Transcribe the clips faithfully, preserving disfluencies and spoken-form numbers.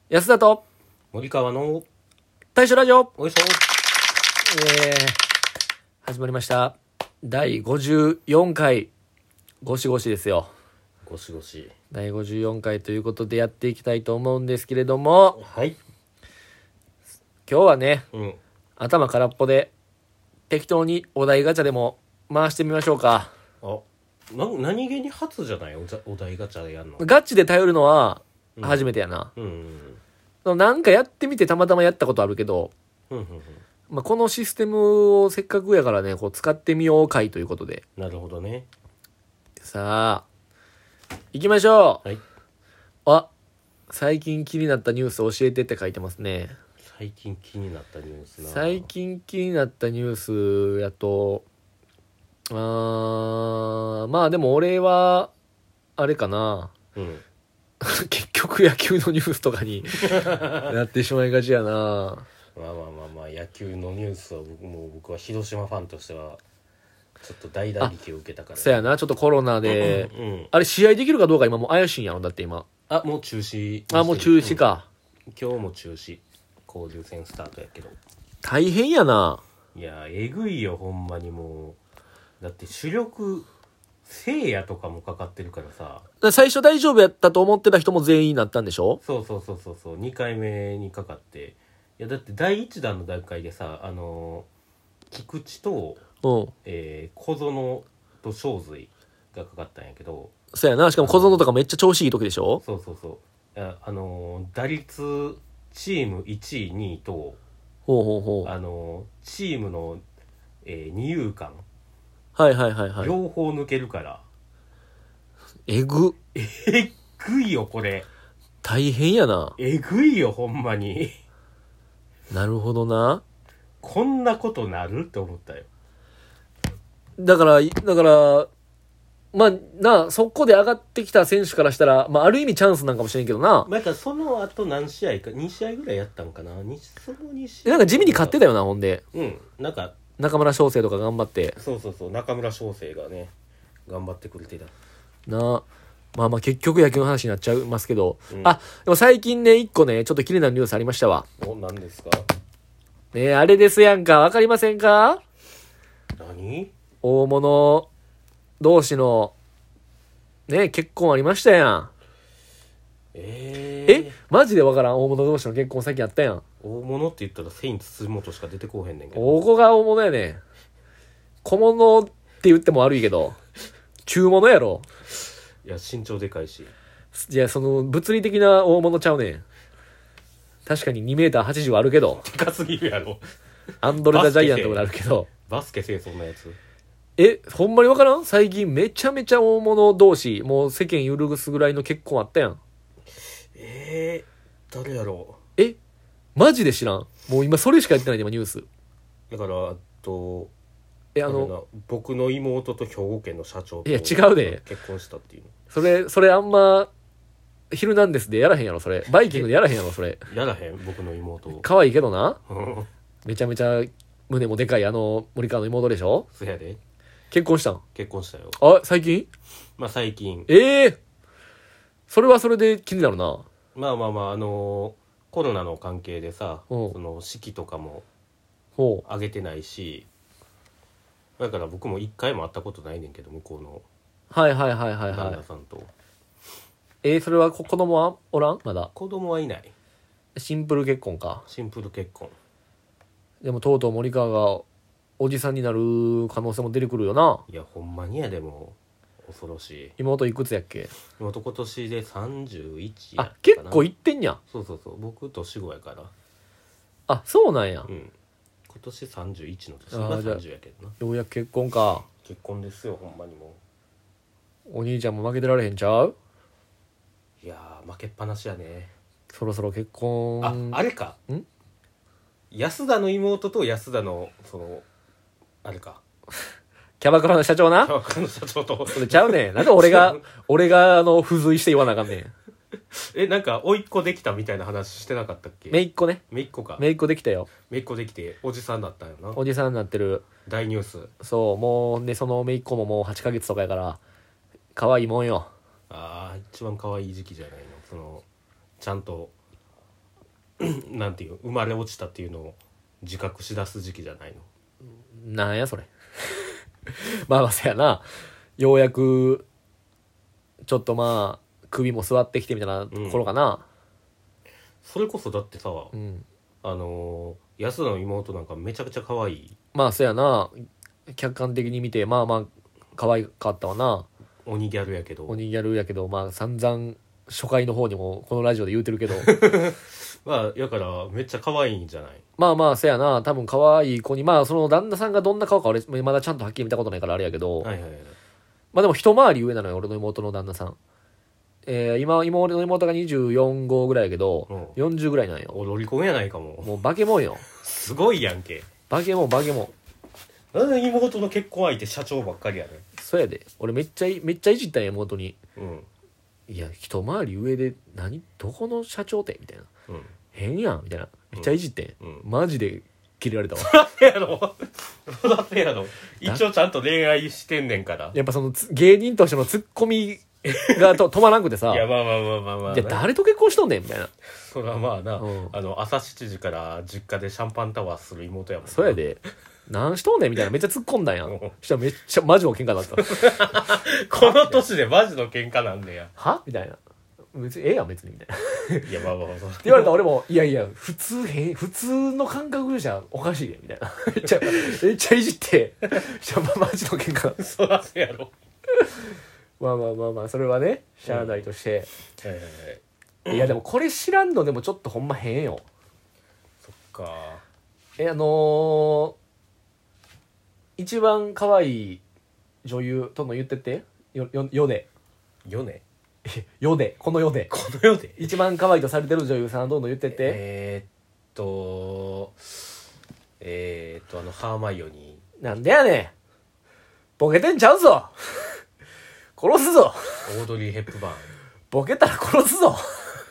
安田と森川の大将ラジオ、 おいしょ。 えー、始まりましただいごじゅうよんかい、ゴシゴシですよ。 ゴシゴシ。 だいごじゅうよんかいということでやっていきたいと思うんですけれども、 はい。 今日はね、 うん。 頭空っぽで適当にお題ガチャでも回してみましょうか。 あ、な何気に初じゃないおざお題ガチャでやんの。 ガチで頼るのは初めてやな、 うん。 うん、なんかやってみてたまたまやったことあるけど、 うんうんうん。 まあ、このシステムをせっかくやからねこう使ってみよう会ということで、 なるほどね。 さあ行きましょう。 はい。 あ、最近気になったニュース教えてって書いてますね。 最近気になったニュースな。 最近気になったニュースやと、あーまあでも俺はあれかなうん。 結局野球のニュースとかになってしまいがちやな。 まあまあまあまあ野球のニュースは僕もう僕は広島ファンとしてはちょっと大打撃を受けたから、ね。 そやな、ちょっとコロナで、 うん。 あれ試合できるかどうか今もう怪しいんやろ。だって今あ、もう中止。 あもう中止か、 うん。今日も中止。交流戦スタートやけど。 大変やな。 いやえぐいよほんまにもう。だって主力せいやとかもかかってるからさ。 最初大丈夫やったと思ってた人も全員なったんでしょ。 そうそうそうそうそうにかいめにかかって。いやだってだいいちだんの段階でさ、あのー、菊池と、 うんえー、小園と正髄がかかったんやけど。 そやな、しかも小園とかめっちゃ調子いい時でしょ。 そうそうそう。いやあのー、打率チームいちいにいと、 ほうほうほう。 あのー、チームの、えー、二遊間、 はいはいはいはい。 両方抜けるから。 えぐ。 えぐいよこれ。 大変やな。 えぐいよほんまに。 なるほどな。 こんなことなるって思ったよ。 だから、だから、まあ、な、そこで上がってきた選手からしたら、まあ、ある意味チャンスなんかもしれんけどな。 まあ、だからその後何試合かに試合ぐらいやったんかな。にそのに試合なんか地味に勝ってたよな、ほんで。 うんなんか中村翔成とか頑張って。 そうそうそう中村翔成がね頑張ってくれてた。 な。まあまあ結局野球の話になっちゃいますけど。 うん、 あ、でも最近ね、一個ね、ちょっと気になるニュースありましたわ。 お何ですか。 ねあれですやんか。わかりませんか？ 何。 大物同士の、ね、結婚ありましたやん。 えー、 えマジでわからん。大物同士の結婚最近あったやん。 大物って言ったらセインツ辻元しか出てこうへんねんけど。 ここが大物やねん。小物って言っても悪いけど、中物やろ。 いや身長でかいし。 いや、その、物理的な大物ちゃうねん。確かににメーターはちじゅうあるけど、 でかすぎるやろ。 アンドレ・ザ・ジャイアントぐらいあるけど、 バスケせえそんなやつ。 え、ほんまにわからん？最近めちゃめちゃ大物同士、もう世間揺るぐすぐらいの結婚あったやん。 えー、誰やろえマジで知らん？もう今それしかやってないで、今ニュース。 う。だからあとえ、ああのの、 僕の妹と兵庫県の社長といや違うで結婚したっていうそれ、それあんま、ヒルナンデスでやらへんやろ、それ。バイキングでやらへんやろ、それ。 の。やらへん僕の妹を。 可愛いけどな。 うんめちゃめちゃ胸もでかいあの森川の妹でしょ。 そやで結婚したん？ 結婚したよ。 あ、最近？ まあ最近ええー、それはそれで気になるな。 まあまあまああのーコロナの関係でさ、 うんその式とかもほう。 挙げてないし、だから僕も一回も会ったことないねんけど向こうのはいはいはいはい旦はい。 那さんと。 えー、それはこ子供はおらん？まだ。 子供はいない。 シンプル結婚か。 シンプル結婚。 でもとうとう森川がおじさんになる可能性も出てくるよな。 いやほんまにやでも恐ろしい。 妹いくつやっけ？ 妹今年でさんじゅういちやったかな。 あ、結構いってんや。 そうそうそう僕年子やから。 あ、そうなんや。 うん今年さんじゅういちの年。 あー今じゃあさんじゅうやけどな。 ようやく結婚か。 結婚ですよほんまにもお兄ちゃんも負けてられへんちゃう？ う。いやー負けっぱなしやね。 そろそろ結婚。 ああれかん安田の妹と安田のそのあれかキャバクラの社長な。 他の社長とそれちゃうねん。なんで俺が、俺があの、付随して言わなあかんねん。 えなんか甥っ子できたみたいな話してなかったっけ。 姪っ子ね。 姪っ子か。 姪っ子できたよ。 姪っ子できておじさんだったんよな。 おじさんになってる。 大ニュース。 そう、もうね、その姪っ子ももうはちかげつとかやから、可愛いもんよ。 ああ一番可愛い時期じゃないのそのちゃんとなんていう生まれ落ちたっていうのを自覚しだす時期じゃないの？ なんやそれまあまあせやな、ようやくちょっとまあ首も座ってきてみたいなところかな。 それこそだってさ、 うん、 あのー、安田の妹なんかめちゃくちゃ可愛い。 まあせやな、客観的に見てまあまあ可愛かったわな。 鬼ギャルやけど鬼ギャルやけど、まあ散々初回の方にもこのラジオで言うてるけどまあやからめっちゃ可愛いんじゃない？ まあまあせやな、多分可愛い子に、まあその旦那さんがどんな顔か俺まだちゃんとはっきり見たことないからあれやけど、 はいはいはい。 まあでも一回り上なのよ俺の妹の旦那さん。えー、今妹の妹がにじゅうよん号ぐらいやけど、 うんよんじゅうぐらいなんよ。 おロリコンやないかも。 もう化け物よ。 すごいやんけ。 化け物化け物。 なんで妹の結婚相手社長ばっかりやねそうやで、俺めっちゃいめっちゃいじったんや妹に。 ん。うんいや一回り上で何どこの社長ってみたいな、 うん。 変やんみたいな、めっちゃいじってん、 うんうんマジでキレられたわだってやろ。だってやろ。一応ちゃんと恋愛してんねんから。 やっぱそのつ芸人としてのツッコミがと止まらんくてさ、 いやまあまあまあまあまあ、 じゃあ誰と結婚しとんねんみたいな。 そらまあな、 うんあの朝しちじから実家でシャンパンタワーする妹やもんな。 そうやで、何しとんねんみたいなめっちゃ突っ込んだんやん。 うんそしたらめっちゃマジの喧嘩だったこの年でマジの喧嘩なんだよ。 はみたいな、別にええやん別にみたいなっていやまあまあまあ言われたら俺もいやいや普通へん普通の感覚じゃおかしいでみたいなめっちゃめっちゃいじってしゃマジの喧嘩だった。 そらそうやろ。 まあまあまあまあそれはねしゃあないとして、 はいはいはい。 いやでもこれ知らんのでもちょっとほんま変よ。 そっか。 えあのー、一番可愛い女優との言ってってよよ世でよね。 世でこの世でこの世で。 一番可愛いとされてる女優さんどんどん言ってって。 えー、っとえー、っとあのハーマイオニなんでやねんボケてんちゃうぞ殺すぞー、オードリー・ヘップバーン。 ボケたら殺すぞ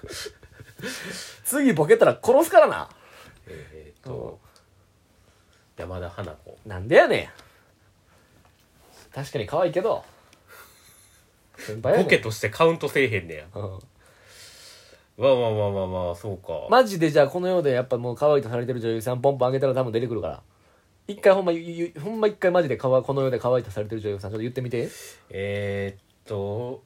次ボケたら殺すからな。 えー、っと山田花子。 なんでやねん確かに可愛いけど先輩やねんボケとしてカウントせえへんねや。 うんまあまあまあまあまあそうか。 マジでじゃあこの世でやっぱもう可愛いとされてる女優さんポンポンあげたら多分出てくるから。一回ほんまゆゆほんま一回マジでかわこの世で可愛いとされてる女優さんちょっと言ってみて。 えー、っと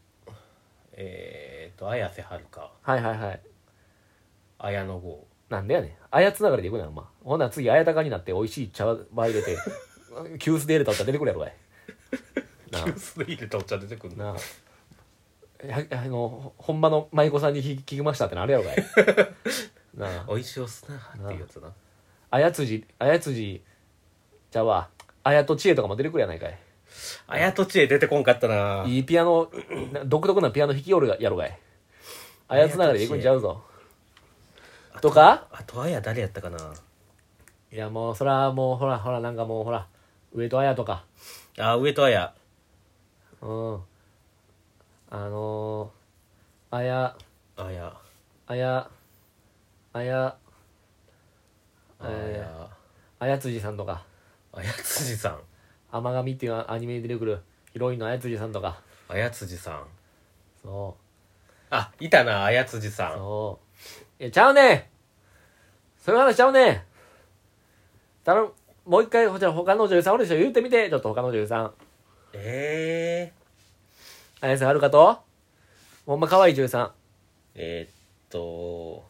えー、っと綾瀬はるか、 はいはいはい。 綾野剛。 なんでやねんあやつながりでいくなお前。ほんなら次あやたかになって美味しい茶葉入れて急須で入れたったら出てくるやろがいなあ急須で入れたお茶出てくるなあやあのほんまの舞妓さんに聞聞きましたってなあれやろがいなあおいしおすなっていうやつな。 あやつじあやつじじゃあわあやとちえとかも出てくるやないかい。 あやとちえ出てこんかったな。 いいピアノな独特なピアノ弾きよるやろがい。あやつながらでいくんちゃうぞとか。 あとあや誰やったかな。 いやもうそらもうほらほらなんかもうほら上戸彩とかあ上戸彩。 うんあのー、あやあやあやあやあえやあやつじさんとかあやつじさん。 甘神っていうアニメに出てくるヒロインのあやつじさんとか。 あやつじさん。 そあいたなあやつじさ。 うんそういやちゃうねんそういう話ちゃうねん頼むもう一回こちら他の女優さんおるでしょ言ってみてちょっと他の女優さん。 えー、 綾瀬はるかとほんま可愛い女優さん。 えー、っと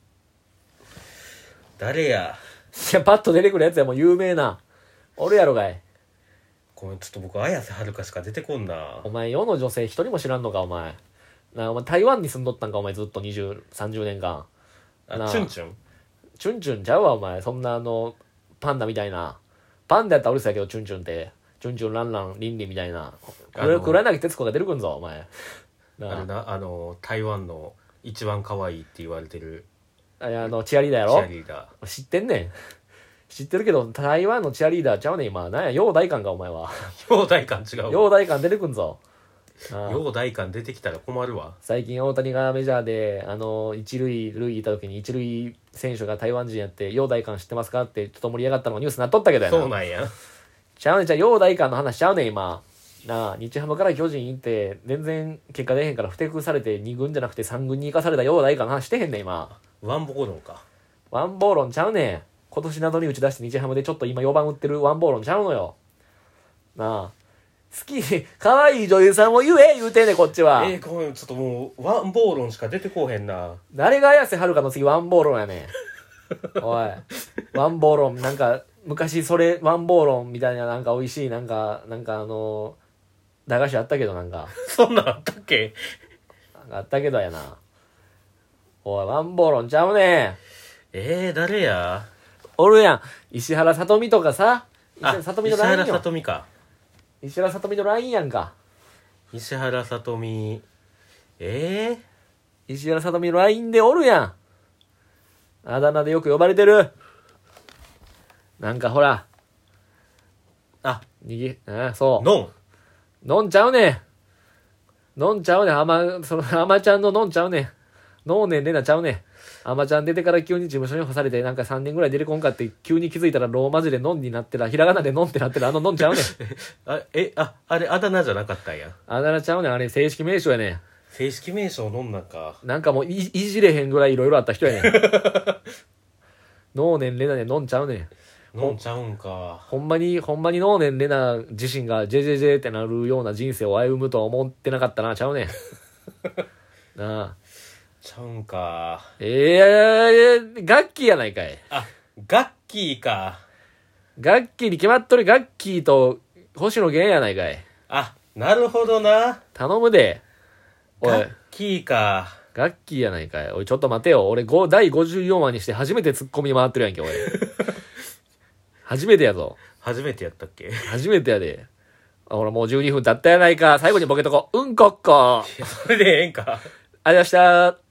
誰や。 いやパッと出てくるやつやもう有名なおるやろがい。 ごめんちょっと僕綾瀬はるかしか出てこんな。 お前世の女性一人も知らんのかお前なあ。お前台湾に住んどったんかお前ずっとにじゅう、さんじゅうねんかんなあ。 あチュンチュン。 チュンチュンちゃうわお前そんなあのパンダみたいな。パンダやったらうるさいけどチュンチュンってチュンチュンランランリンリンみたいなあの黒柳徹子が出てくんぞお前なあれなあの台湾の一番可愛いって言われてるああのチアリーダーやチアろ。 リーダー。 知ってんねん知ってるけど台湾のチアリーダーちゃうねん今。なんや陽大館かお前は陽大館違うわ。 陽大館出てくんぞなあ。 陽大館出てきたら困るわ。 最近大谷がメジャーであの一塁塁いた時に一塁選手が台湾人やって陽大館知ってますかってちょっと盛り上がったのがニュースになっとったけどやな。 そうなんや。 ちゃうねんじゃあ陽大館の話ちゃうねん今なあ。日ハムから巨人行って全然結果出へんから不適されてに軍じゃなくてさん軍に行かされた陽大館の話してへんねん今ワンボコロンか。 ワンボーロンちゃうねん。今年などに打ち出して日ハムでちょっと今よばん打ってるワンボーロンちゃうのよ。なあ。好き、可愛い女優さんも言え言うてんねんこっちは。 えー、ごめん、ちょっともう、ワンボーロンしか出てこうへんな。 誰が綾瀬はるかの次ワンボーロンやねん。おい。ワンボーロン、なんか、昔それ、ワンボーロンみたいななんか美味しい、なんか、なんかあのー、駄菓子あったけどなんか。 そんなんあったっけ？ なんかあったけどやな。おい、ワンボーロンちゃうねん。 えー、誰や？ おるやん。石原さとみとかさ。石あ、 原さとみの石ライン原さよ。 とみか。 石原さとみのラインやんか。 石原さとみ。えー、 石原さとみのラインでおるやん。あだ名でよく呼ばれてる。なんかほら。 あ、 にぎ、あそう。 のん。 のんちゃうねん。のんちゃうねん。あま、その、あまちゃんののんちゃうねん。のうねんれなちゃうねん。あまちゃん出てから急に事務所に干されて、なんかさんねんぐらい出てこんかって、急に気づいたらローマ字でのんになってら、ひらがなでのんってなってるあののんちゃうねん。 あ、え、あ、あれ、あだ名じゃなかったんや。 あだ名ちゃうねん。あれ正式名称やねん。 正式名称のんなんか。 なんかもうい、いじれへんぐらいいろいろあった人やねん。のうねんれなでのんちゃうねん。 のんちゃうんか。 ほんまに、ほんまにのうねんれな自身がジェジェジェってなるような人生を歩むとは思ってなかったな、ちゃうねん。なあ。 ちゃうんか。 ええー、ガッキーやないかい。 あ、ガッキーか。 ガッキーに決まっとるガッキーと星野源やないかい。 あ、なるほどな。 頼むで。おいガッ、キーか。 ガッキーやないかい。おい、ちょっと待てよ。俺、ごだいごじゅうよんわにして初めてツッコミ回ってるやんけ、俺。初めてやぞ。 初めてやったっけ？ 初めてやで。あほら、もうじゅうにふん経ったやないか。最後にボケとこ。うんこっこ。 それでええんか。 ありがとうございました。